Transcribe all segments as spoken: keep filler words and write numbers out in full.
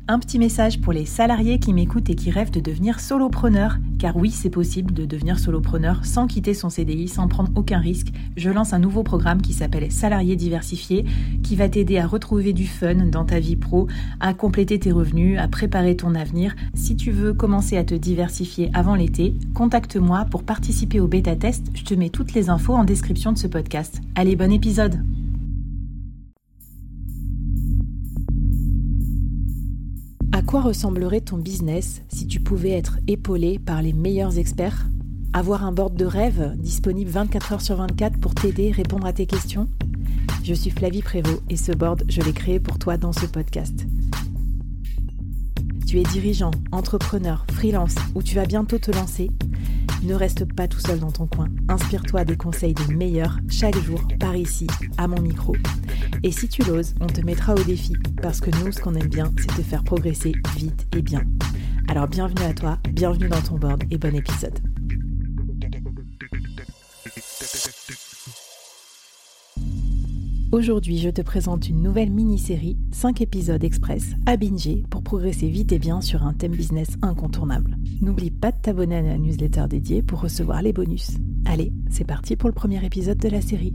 Un petit message pour les salariés qui m'écoutent et qui rêvent de devenir solopreneur. Car oui, c'est possible de devenir solopreneur sans quitter son C D I, sans prendre aucun risque. Je lance un nouveau programme qui s'appelle Salariés diversifiés, qui va t'aider à retrouver du fun dans ta vie pro, à compléter tes revenus, à préparer ton avenir. Si tu veux commencer à te diversifier avant l'été, contacte-moi pour participer au bêta-test. Je te mets toutes les infos en description de ce podcast. Allez, bon épisode! À quoi ressemblerait ton business si tu pouvais être épaulé par les meilleurs experts? Avoir un board de rêve disponible vingt-quatre heures sur vingt-quatre pour t'aider, répondre à tes questions? Je suis Flavie Prévost et ce board, je l'ai créé pour toi dans ce podcast. Tu es dirigeant, entrepreneur, freelance ou tu vas bientôt te lancer? Ne reste pas tout seul dans ton coin. Inspire-toi des conseils des meilleurs chaque jour par ici, à mon micro. Et si tu l'oses, on te mettra au défi parce que nous, ce qu'on aime bien, c'est te faire progresser vite et bien. Alors bienvenue à toi, bienvenue dans ton board et bon épisode. Aujourd'hui, je te présente une nouvelle mini-série, cinq épisodes express à binger pour progresser vite et bien sur un thème business incontournable. N'oublie pas de t'abonner à la newsletter dédiée pour recevoir les bonus. Allez, c'est parti pour le premier épisode de la série.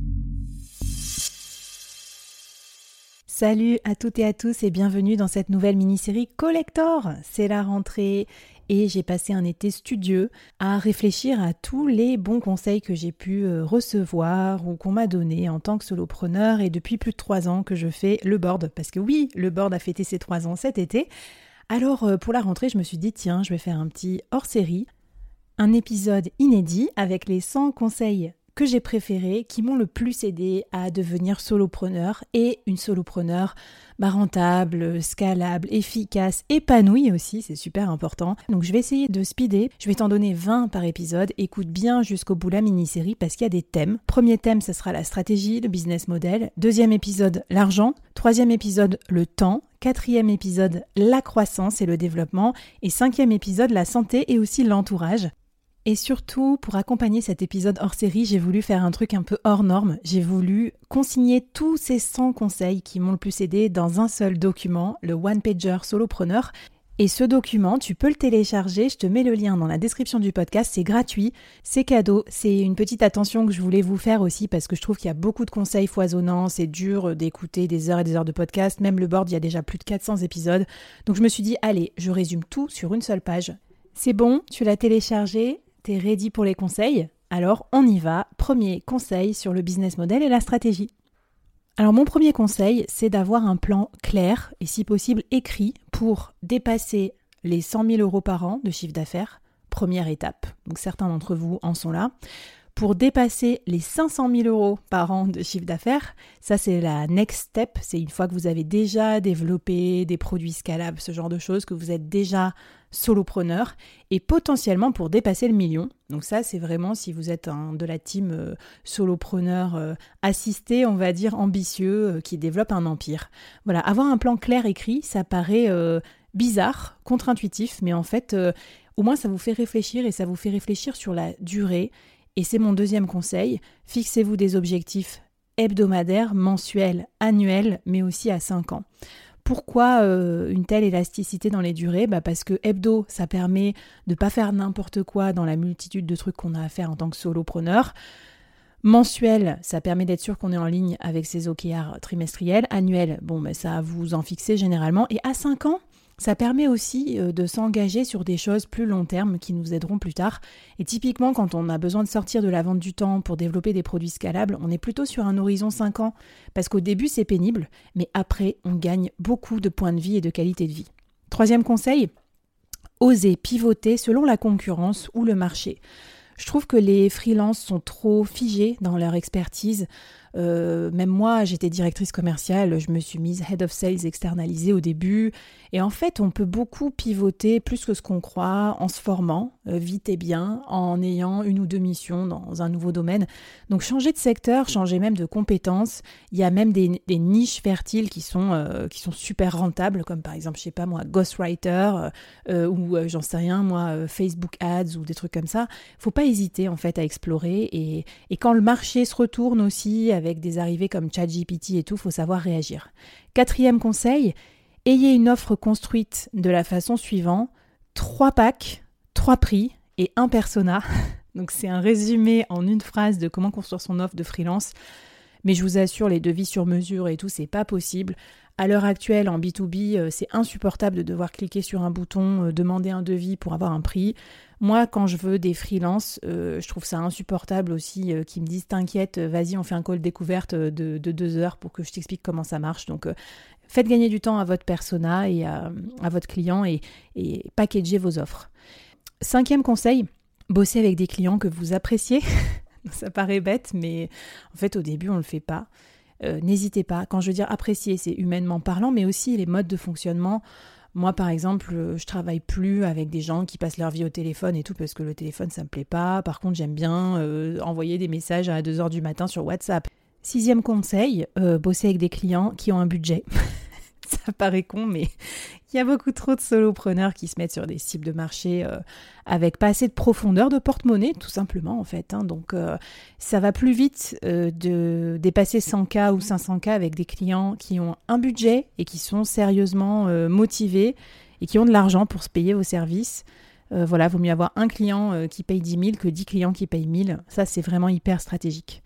Salut à toutes et à tous et bienvenue dans cette nouvelle mini-série Collector. C'est la rentrée et j'ai passé un été studieux à réfléchir à tous les bons conseils que j'ai pu recevoir ou qu'on m'a donné en tant que solopreneur et depuis plus de trois ans que je fais le board. Parce que oui, le board a fêté ses trois ans cet été. Alors pour la rentrée, je me suis dit tiens, je vais faire un petit hors-série, un épisode inédit avec les cent conseils que j'ai préférés, qui m'ont le plus aidé à devenir solopreneur et une solopreneur bah, rentable, scalable, efficace, épanouie aussi, c'est super important. Donc je vais essayer de speeder, je vais t'en donner vingt par épisode, écoute bien jusqu'au bout la mini-série parce qu'il y a des thèmes. Premier thème, ce sera la stratégie, le business model. Deuxième épisode, l'argent. Troisième épisode, le temps. Quatrième épisode, la croissance et le développement. Et cinquième épisode, la santé et aussi l'entourage. Et surtout, pour accompagner cet épisode hors série, j'ai voulu faire un truc un peu hors norme. J'ai voulu consigner tous ces cent conseils qui m'ont le plus aidé dans un seul document, le one-pager solopreneur. Et ce document, tu peux le télécharger, je te mets le lien dans la description du podcast, c'est gratuit, c'est cadeau, c'est une petite attention que je voulais vous faire aussi parce que je trouve qu'il y a beaucoup de conseils foisonnants, c'est dur d'écouter des heures et des heures de podcast, même le board, il y a déjà plus de quatre cents épisodes. Donc je me suis dit, allez, je résume tout sur une seule page. C'est bon, tu l'as téléchargé, t'es ready pour les conseils? Alors on y va. Premier conseil sur le business model et la stratégie. Alors mon premier conseil, c'est d'avoir un plan clair et si possible écrit pour dépasser les cent mille euros par an de chiffre d'affaires. Première étape. Donc certains d'entre vous en sont là. Pour dépasser les cinq cent mille euros par an de chiffre d'affaires, ça c'est la next step, c'est une fois que vous avez déjà développé des produits scalables, ce genre de choses, que vous êtes déjà solopreneur et potentiellement pour dépasser le million. Donc ça c'est vraiment si vous êtes un, de la team euh, solopreneur euh, assisté, on va dire ambitieux, euh, qui développe un empire. Voilà, avoir un plan clair écrit, ça paraît euh, bizarre, contre-intuitif, mais en fait euh, au moins ça vous fait réfléchir et ça vous fait réfléchir sur la durée. Et c'est mon deuxième conseil, fixez-vous des objectifs hebdomadaires, mensuels, annuels, mais aussi à cinq ans. Pourquoi euh, une telle élasticité dans les durées? Bah parce que hebdo, ça permet de ne pas faire n'importe quoi dans la multitude de trucs qu'on a à faire en tant que solopreneur. Mensuel, ça permet d'être sûr qu'on est en ligne avec ses O K R trimestriels. Annuel, bon, bah, ça vous en fixez généralement. Et à cinq ans, ça permet aussi de s'engager sur des choses plus long terme qui nous aideront plus tard. Et typiquement, quand on a besoin de sortir de la vente du temps pour développer des produits scalables, on est plutôt sur un horizon cinq ans. Parce qu'au début, c'est pénible, mais après, on gagne beaucoup de points de vie et de qualité de vie. Troisième conseil, oser pivoter selon la concurrence ou le marché. Je trouve que les freelances sont trop figés dans leur expertise. Euh, même moi, j'étais directrice commerciale, je me suis mise head of sales externalisée au début. Et en fait, on peut beaucoup pivoter plus que ce qu'on croit en se formant euh, vite et bien, en ayant une ou deux missions dans un nouveau domaine. Donc changer de secteur, changer même de compétences. Il y a même des, des niches fertiles qui sont, euh, qui sont super rentables, comme par exemple, je sais pas moi, ghostwriter euh, ou euh, j'en sais rien, moi, euh, Facebook Ads ou des trucs comme ça. Faut pas hésiter en fait à explorer. Et, et quand le marché se retourne aussi, avec des arrivées comme ChatGPT et tout, il faut savoir réagir. Quatrième conseil, Ayez une offre construite de la façon suivante, trois packs, trois prix et un persona. Donc c'est un résumé en une phrase de comment construire son offre de freelance. Mais je vous assure, les devis sur mesure et tout, c'est pas possible. À l'heure actuelle, en B deux B, c'est insupportable de devoir cliquer sur un bouton, euh, demander un devis pour avoir un prix. Moi, quand je veux des freelances, euh, je trouve ça insupportable aussi euh, qu'ils me disent « T'inquiète, vas-y, on fait un call découverte de, de deux heures pour que je t'explique comment ça marche. » Donc, euh, faites gagner du temps à votre persona et à, à votre client et, et packagez vos offres. Cinquième conseil, bossez avec des clients que vous appréciez. Ça paraît bête, mais en fait, au début, on ne le fait pas. Euh, n'hésitez pas. Quand je veux dire apprécier, c'est humainement parlant, mais aussi les modes de fonctionnement. Moi, par exemple, je travaille plus avec des gens qui passent leur vie au téléphone et tout, parce que le téléphone, ça me plaît pas. Par contre, j'aime bien euh, envoyer des messages à deux heures du matin sur WhatsApp. Sixième conseil, euh, bosser avec des clients qui ont un budget. Ça paraît con, mais il y a beaucoup trop de solopreneurs qui se mettent sur des cibles de marché euh, avec pas assez de profondeur de porte-monnaie, tout simplement, en fait. Hein. Donc, euh, ça va plus vite euh, de dépasser cent K ou cinq cents K avec des clients qui ont un budget et qui sont sérieusement euh, motivés et qui ont de l'argent pour se payer vos services. Euh, voilà, vaut mieux avoir un client euh, qui paye dix mille que dix clients qui payent mille. Ça, c'est vraiment hyper stratégique.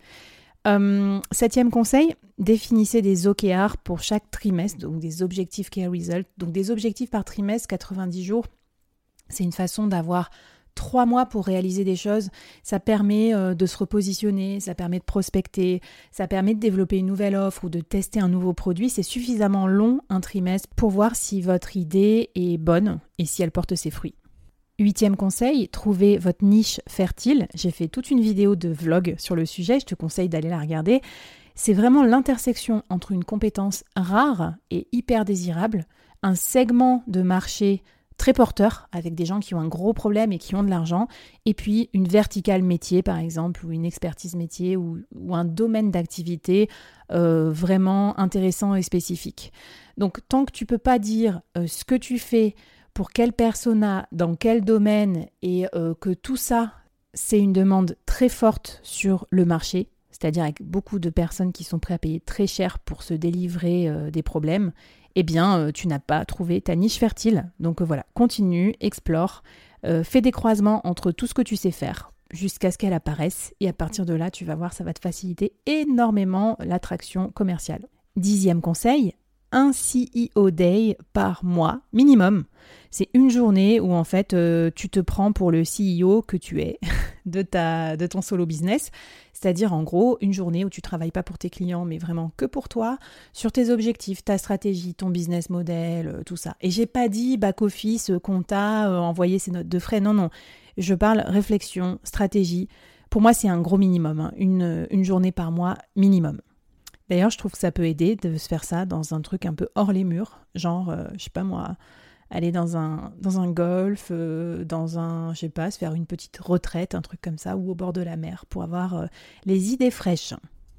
Euh, septième conseil, définissez des O K R pour chaque trimestre, donc des objectifs Key Result, donc des objectifs par trimestre, quatre-vingt-dix jours. C'est une façon d'avoir trois mois pour réaliser des choses. Ça permet euh, de se repositionner, ça permet de prospecter, ça permet de développer une nouvelle offre ou de tester un nouveau produit. C'est suffisamment long, un trimestre, pour voir si votre idée est bonne et si elle porte ses fruits. Huitième conseil, trouvez votre niche fertile. J'ai fait toute une vidéo de vlog sur le sujet, je te conseille d'aller la regarder. C'est vraiment l'intersection entre une compétence rare et hyper désirable, un segment de marché très porteur, avec des gens qui ont un gros problème et qui ont de l'argent, et puis une verticale métier, par exemple, ou une expertise métier, ou, ou un domaine d'activité euh, vraiment intéressant et spécifique. Donc, tant que tu ne peux pas dire euh, ce que tu fais, pour quel persona, dans quel domaine, et euh, que tout ça, c'est une demande très forte sur le marché, c'est-à-dire avec beaucoup de personnes qui sont prêtes à payer très cher pour se délivrer euh, des problèmes, eh bien, euh, tu n'as pas trouvé ta niche fertile. Donc euh, voilà, continue, explore, euh, fais des croisements entre tout ce que tu sais faire, jusqu'à ce qu'elle apparaisse, et à partir de là, tu vas voir, ça va te faciliter énormément l'attraction commerciale. Dixième conseil, un C E O Day par mois minimum. C'est une journée où en fait euh, tu te prends pour le C E O que tu es de, ta, de ton solo business. C'est-à-dire en gros une journée où tu travailles pas pour tes clients mais vraiment que pour toi, sur tes objectifs, ta stratégie, ton business model, euh, tout ça. Et j'ai pas dit back-office, compta, euh, envoyer ses notes de frais, non, non. Je parle réflexion, stratégie. Pour moi c'est un gros minimum, hein. une, une journée par mois minimum. D'ailleurs, je trouve que ça peut aider de se faire ça dans un truc un peu hors les murs, genre, euh, je sais pas moi, aller dans un, dans un golf, euh, dans un, je sais pas, se faire une petite retraite, un truc comme ça, ou au bord de la mer, pour avoir euh, les idées fraîches.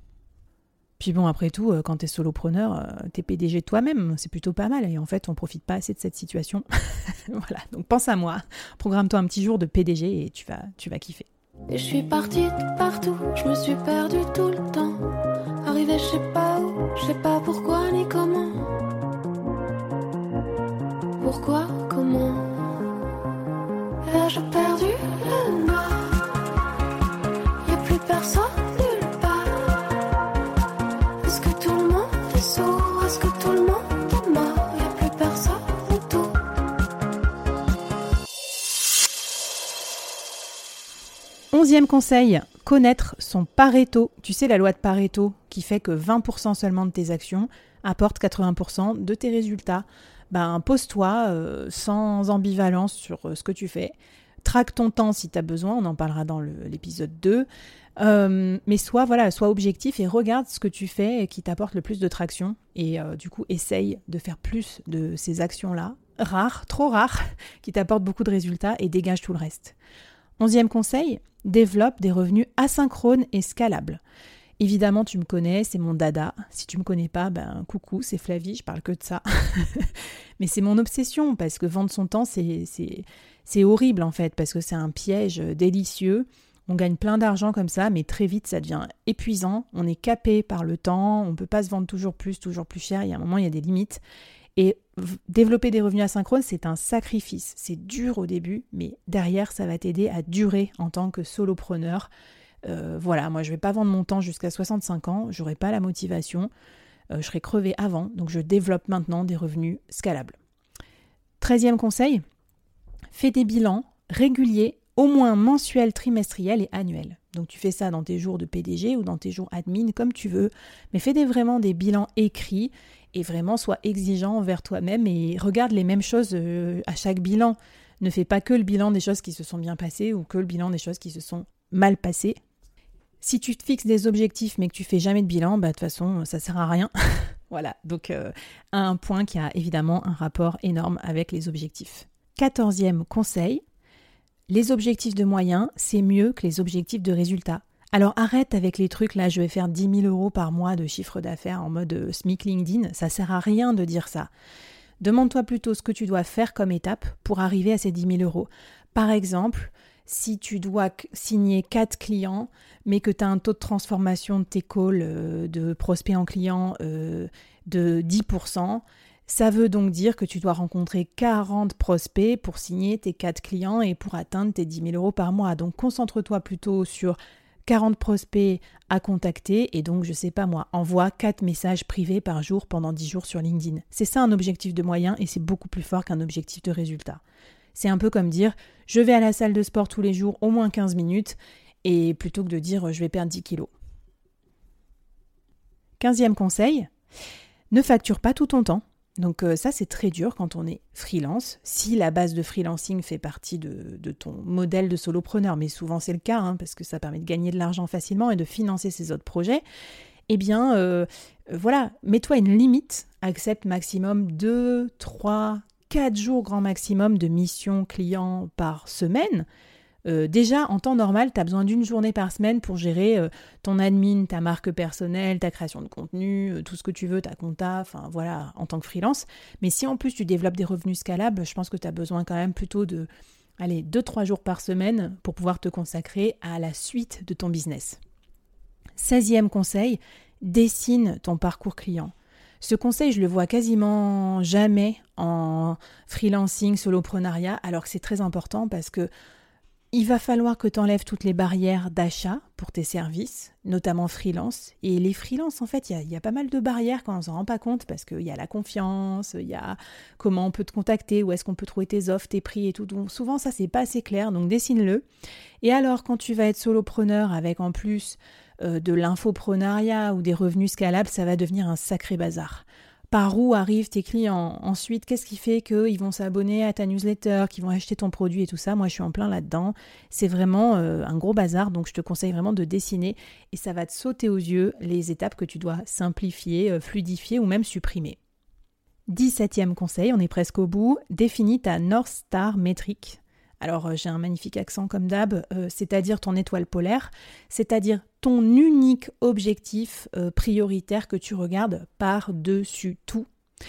Puis bon, après tout, euh, quand t'es solopreneur, euh, t'es P D G toi-même, c'est plutôt pas mal, et en fait, on profite pas assez de cette situation. Voilà, donc pense à moi, programme-toi un petit jour de P D G et tu vas, tu vas kiffer. Et je suis partie de partout, je me suis perdue tout le temps. Arrivée je sais pas où, je sais pas pourquoi ni comment. Pourquoi, comment. Et là j'ai perdu le nord. Y'a plus personne nulle part. Est-ce que tout le monde est sourd? Est-ce que tout le monde est mort? Y'a plus personne du tout. Onzième conseil, connaître son Pareto. Tu sais la loi de Pareto qui fait que vingt pour cent seulement de tes actions apportent quatre-vingts pour cent de tes résultats. Ben, pose-toi euh, sans ambivalence sur euh, ce que tu fais. Traque ton temps si tu as besoin, on en parlera dans le, l'épisode deux. Euh, mais sois, voilà, sois objectif et regarde ce que tu fais et qui t'apporte le plus de traction. Et euh, du coup, essaye de faire plus de ces actions-là, rares, trop rares, qui t'apportent beaucoup de résultats et dégage tout le reste. Onzième conseil, développe des revenus asynchrones et scalables. Évidemment, tu me connais, c'est mon dada. Si tu me connais pas, ben coucou, c'est Flavie, je parle que de ça. Mais c'est mon obsession, parce que vendre son temps, c'est, c'est, c'est horrible en fait, parce que c'est un piège délicieux. On gagne plein d'argent comme ça, mais très vite, ça devient épuisant. On est capé par le temps, on ne peut pas se vendre toujours plus, toujours plus cher. Il y a un moment, il y a des limites. Et v- développer des revenus asynchrones, c'est un sacrifice. C'est dur au début, mais derrière, ça va t'aider à durer en tant que solopreneur. Euh, voilà, moi, je ne vais pas vendre mon temps jusqu'à soixante-cinq ans. Je n'aurai pas la motivation. Euh, je serai crevée avant. Donc, je développe maintenant des revenus scalables. Treizième conseil, fais des bilans réguliers, au moins mensuels, trimestriels et annuels. Donc tu fais ça dans tes jours de P D G ou dans tes jours admin, comme tu veux, mais fais des, vraiment des bilans écrits et vraiment sois exigeant envers toi-même et regarde les mêmes choses euh, à chaque bilan. Ne fais pas que le bilan des choses qui se sont bien passées ou que le bilan des choses qui se sont mal passées. Si tu te fixes des objectifs mais que tu fais jamais de bilan, bah, de toute façon, ça sert à rien. Voilà, donc euh, un point qui a évidemment un rapport énorme avec les objectifs. Quatorzième conseil, les objectifs de moyens, c'est mieux que les objectifs de résultats. Alors arrête avec les trucs là, je vais faire dix mille euros par mois de chiffre d'affaires en mode euh, SMIC LinkedIn, ça sert à rien de dire ça. Demande-toi plutôt ce que tu dois faire comme étape pour arriver à ces dix mille euros. Par exemple, si tu dois signer quatre clients, mais que tu as un taux de transformation de tes calls euh, de prospects en clients euh, de dix pour cent, ça veut donc dire que tu dois rencontrer quarante prospects pour signer tes quatre clients et pour atteindre tes dix mille euros par mois. Donc concentre-toi plutôt sur quarante prospects à contacter et donc, je sais pas moi, envoie quatre messages privés par jour pendant dix jours sur LinkedIn. C'est ça un objectif de moyen et c'est beaucoup plus fort qu'un objectif de résultat. C'est un peu comme dire, je vais à la salle de sport tous les jours au moins quinze minutes et plutôt que de dire, je vais perdre dix kilos. Quinzième conseil, ne facture pas tout ton temps. Donc euh, ça, c'est très dur quand on est freelance. Si la base de freelancing fait partie de, de ton modèle de solopreneur, mais souvent c'est le cas, hein, parce que ça permet de gagner de l'argent facilement et de financer ses autres projets, eh bien, euh, voilà, mets-toi une limite, accepte maximum deux, trois, quatre jours grand maximum de missions clients par semaine. Euh, déjà, en temps normal, tu as besoin d'une journée par semaine pour gérer euh, ton admin, ta marque personnelle, ta création de contenu, euh, tout ce que tu veux, ta compta, enfin voilà, en tant que freelance. Mais si en plus tu développes des revenus scalables, je pense que tu as besoin quand même plutôt de, allez, deux trois jours par semaine pour pouvoir te consacrer à la suite de ton business. seizième conseil, dessine ton parcours client. Ce conseil, je le vois quasiment jamais en freelancing, soloprenariat, alors que c'est très important parce que il va falloir que tu enlèves toutes les barrières d'achat pour tes services, notamment freelance. Et les freelances, en fait, il y a, y a pas mal de barrières quand on ne s'en rend pas compte parce qu'il y a la confiance, il y a comment on peut te contacter, où est-ce qu'on peut trouver tes offres, tes prix et tout. Donc souvent, ça, c'est pas assez clair, donc dessine-le. Et alors, quand tu vas être solopreneur avec en plus euh, de l'infoprenariat ou des revenus scalables, ça va devenir un sacré bazar. Par où arrivent tes clients? Ensuite, qu'est-ce qui fait qu'ils vont s'abonner à ta newsletter, qu'ils vont acheter ton produit et tout ça? Moi, je suis en plein là-dedans. C'est vraiment euh, un gros bazar, donc je te conseille vraiment de dessiner et ça va te sauter aux yeux les étapes que tu dois simplifier, euh, fluidifier ou même supprimer. dix-septième conseil, on est presque au bout, définis ta North Star métrique. Alors, j'ai un magnifique accent comme d'hab, euh, c'est-à-dire ton étoile polaire, c'est-à-dire ton unique objectif euh, prioritaire que tu regardes par-dessus tout.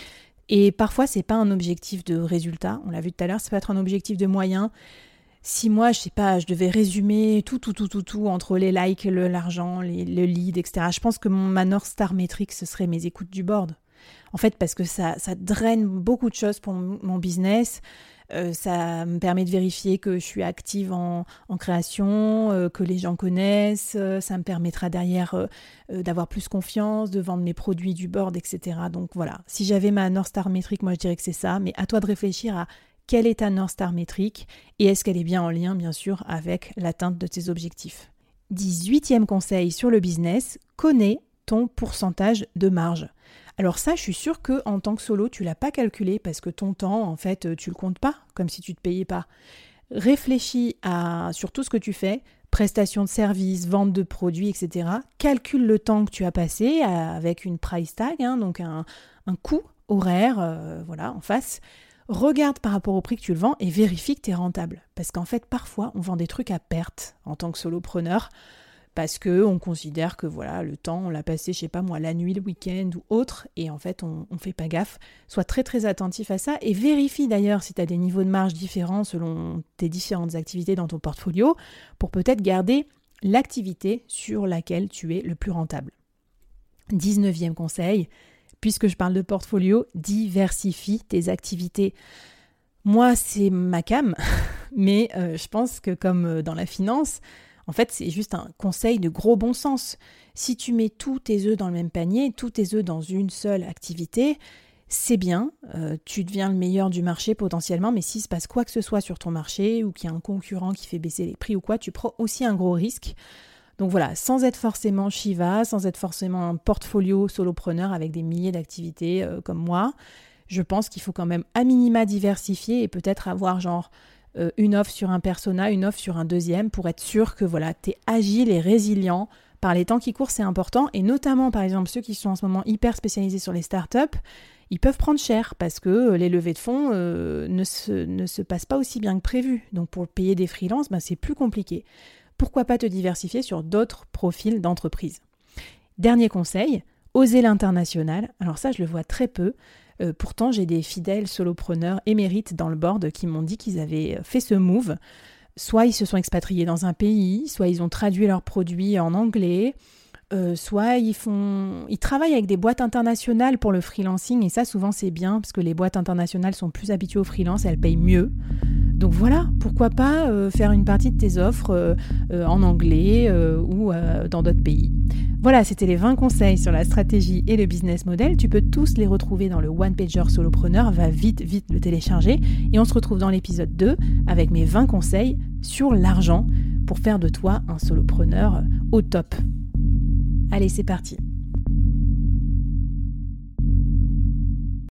Et parfois, c'est pas un objectif de résultat, on l'a vu tout à l'heure, ça peut être un objectif de moyen. Si moi, je sais pas, je devais résumer tout, tout, tout, tout, tout, entre les likes, le, l'argent, les, le lead, et cetera, je pense que mon, ma North Star métrique, ce serait mes écoutes du board. En fait, parce que ça, ça draine beaucoup de choses pour mon, mon business. Euh, ça me permet de vérifier que je suis active en, en création, euh, que les gens connaissent. Euh, ça me permettra derrière euh, euh, d'avoir plus confiance, de vendre mes produits du board, et cetera. Donc voilà, si j'avais ma North Star métrique, moi je dirais que c'est ça. Mais à toi de réfléchir à quelle est ta North Star métrique et est-ce qu'elle est bien en lien, bien sûr, avec l'atteinte de tes objectifs. dix-huitième conseil sur le business, connais ton pourcentage de marge. Alors ça, je suis sûre qu'en tant que solo, tu ne l'as pas calculé parce que ton temps, en fait, tu ne le comptes pas, comme si tu ne te payais pas. Réfléchis à, sur tout ce que tu fais, prestations de services, vente de produits, et cetera. Calcule le temps que tu as passé avec une price tag, hein, donc un, un coût horaire, euh, voilà, en face. Regarde par rapport au prix que tu le vends et vérifie que tu es rentable. Parce qu'en fait, parfois, on vend des trucs à perte en tant que solopreneur. Parce qu'on considère que voilà, le temps, on l'a passé, je sais pas moi, la nuit, le week-end ou autre, et en fait, on ne fait pas gaffe. Sois très très attentif à ça et vérifie d'ailleurs si tu as des niveaux de marge différents selon tes différentes activités dans ton portfolio pour peut-être garder l'activité sur laquelle tu es le plus rentable. dix-neuvième conseil, puisque je parle de portfolio, diversifie tes activités. Moi, c'est ma came, mais euh, je pense que comme dans la finance, en fait, c'est juste un conseil de gros bon sens. Si tu mets tous tes œufs dans le même panier, tous tes œufs dans une seule activité, c'est bien, euh, tu deviens le meilleur du marché potentiellement, mais s'il se passe quoi que ce soit sur ton marché ou qu'il y a un concurrent qui fait baisser les prix ou quoi, tu prends aussi un gros risque. Donc voilà, sans être forcément Shiva, sans être forcément un portfolio solopreneur avec des milliers d'activités euh, comme moi, je pense qu'il faut quand même à minima diversifier et peut-être avoir genre euh, une offre sur un persona, une offre sur un deuxième pour être sûr que voilà, tu es agile et résilient. Par les temps qui courent, c'est important, et notamment par exemple ceux qui sont en ce moment hyper spécialisés sur les startups, ils peuvent prendre cher parce que les levées de fonds euh, ne, se, ne se passent pas aussi bien que prévu. Donc pour payer des freelances, ben, c'est plus compliqué. Pourquoi pas te diversifier sur d'autres profils d'entreprise ? Dernier conseil, oser l'international. Alors ça, je le vois très peu. Euh, pourtant, j'ai des fidèles solopreneurs émérites dans le board qui m'ont dit qu'ils avaient fait ce move. Soit ils se sont expatriés dans un pays, soit ils ont traduit leurs produits en anglais, Euh, soit ils font, ils travaillent avec des boîtes internationales pour le freelancing, et ça souvent c'est bien parce que les boîtes internationales sont plus habituées au freelance, elles payent mieux. Donc voilà, pourquoi pas euh, faire une partie de tes offres euh, euh, en anglais euh, ou euh, dans d'autres pays. Voilà, c'était les vingt conseils sur la stratégie et le business model. Tu peux tous les retrouver dans le One Pager Solopreneur. Va vite, vite le télécharger. Et on se retrouve dans l'épisode deux avec mes vingt conseils sur l'argent pour faire de toi un solopreneur au top. Allez, c'est parti.